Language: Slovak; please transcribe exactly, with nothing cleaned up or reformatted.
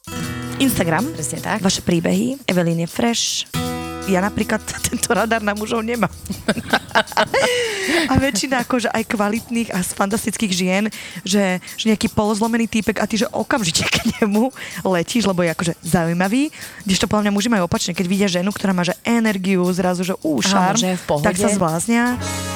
Instagram, Presne tak. vaše príbehy, Evelyn je fresh. Ja napríklad tento radar na mužov nemám. A väčšina akože aj kvalitných a fantastických žien, že, že nejaký polozlomený týpek a ty, že okamžite k nemu letíš, lebo je akože zaujímavý. Kdežto podľa mňa muži majú opačne, keď vidia ženu, ktorá má že energiu, zrazu, že ú, šarm, Áno, že je v pohode. tak sa zbláznia.